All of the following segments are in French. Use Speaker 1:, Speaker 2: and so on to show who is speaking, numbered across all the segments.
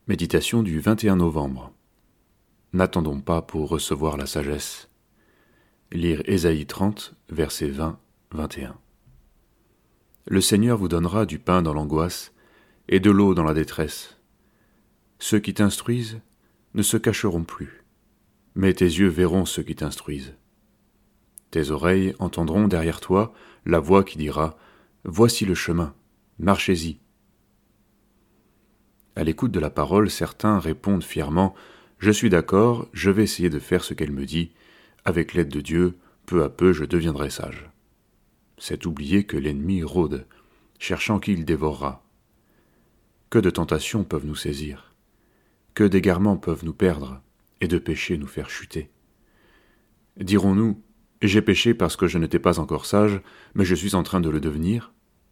Speaker 1: Méditation du 21 novembre. N'attendons pas pour recevoir la sagesse. Lire Ésaïe 30, versets 20-21. Le Seigneur vous donnera du pain dans l'angoisse et de l'eau dans la détresse. Ceux qui t'instruisent ne se cacheront plus, mais tes yeux verront ceux qui t'instruisent. Tes oreilles entendront derrière toi la voix qui dira « Voici le chemin, marchez-y ». À l'écoute de la parole, certains répondent fièrement « Je suis d'accord, je vais essayer de faire ce qu'elle me dit. Avec l'aide de Dieu, peu à peu je deviendrai sage. » C'est oublier que l'ennemi rôde, cherchant qui il dévorera. Que de tentations peuvent nous saisir, que d'égarements peuvent nous perdre, et de péchés nous faire chuter. Dirons-nous « J'ai péché parce que je n'étais pas encore sage, mais je suis en train de le devenir ?»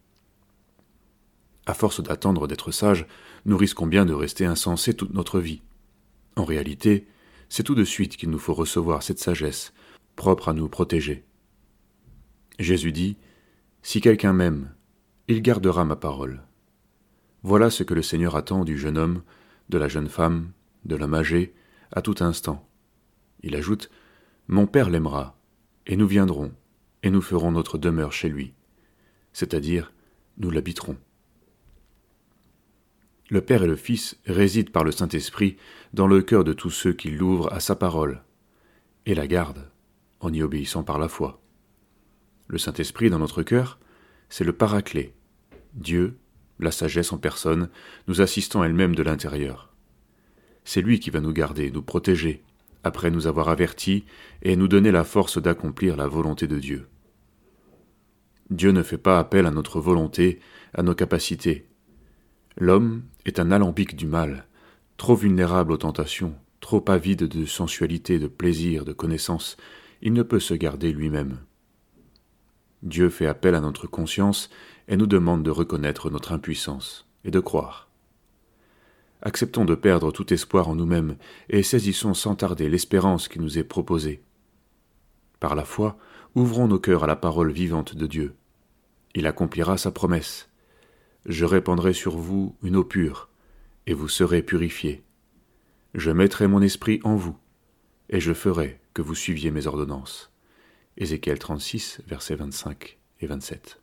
Speaker 1: À force d'attendre d'être sage, nous risquons bien de rester insensés toute notre vie. En réalité, c'est tout de suite qu'il nous faut recevoir cette sagesse, propre à nous protéger. Jésus dit « Si quelqu'un m'aime, il gardera ma parole. » Voilà ce que le Seigneur attend du jeune homme, de la jeune femme, de l'homme âgé, à tout instant. Il ajoute « Mon Père l'aimera, et nous viendrons, et nous ferons notre demeure chez lui. » C'est-à-dire, nous l'habiterons. Le Père et le Fils résident par le Saint-Esprit dans le cœur de tous ceux qui l'ouvrent à sa parole et la gardent en y obéissant par la foi. Le Saint-Esprit dans notre cœur, c'est le Paraclet, Dieu, la sagesse en personne, nous assistant elle-même de l'intérieur. C'est lui qui va nous garder, nous protéger, après nous avoir avertis et nous donner la force d'accomplir la volonté de Dieu. Dieu ne fait pas appel à notre volonté, à nos capacités. L'homme est un alambic du mal, trop vulnérable aux tentations, trop avide de sensualité, de plaisir, de connaissance, il ne peut se garder lui-même. Dieu fait appel à notre conscience et nous demande de reconnaître notre impuissance et de croire. Acceptons de perdre tout espoir en nous-mêmes et saisissons sans tarder l'espérance qui nous est proposée. Par la foi, ouvrons nos cœurs à la parole vivante de Dieu. Il accomplira sa promesse. Je répandrai sur vous une eau pure, et vous serez purifiés. Je mettrai mon esprit en vous, et je ferai que vous suiviez mes ordonnances. Ézéchiel 36, versets 25 et 27.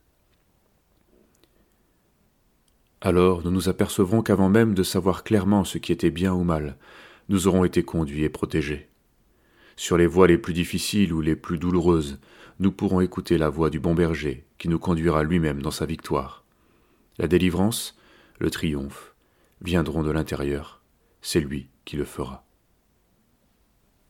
Speaker 1: Alors nous nous apercevrons qu'avant même de savoir clairement ce qui était bien ou mal, nous aurons été conduits et protégés. Sur les voies les plus difficiles ou les plus douloureuses, nous pourrons écouter la voix du bon berger qui nous conduira lui-même dans sa victoire. La délivrance, le triomphe, viendront de l'intérieur, c'est lui qui le fera.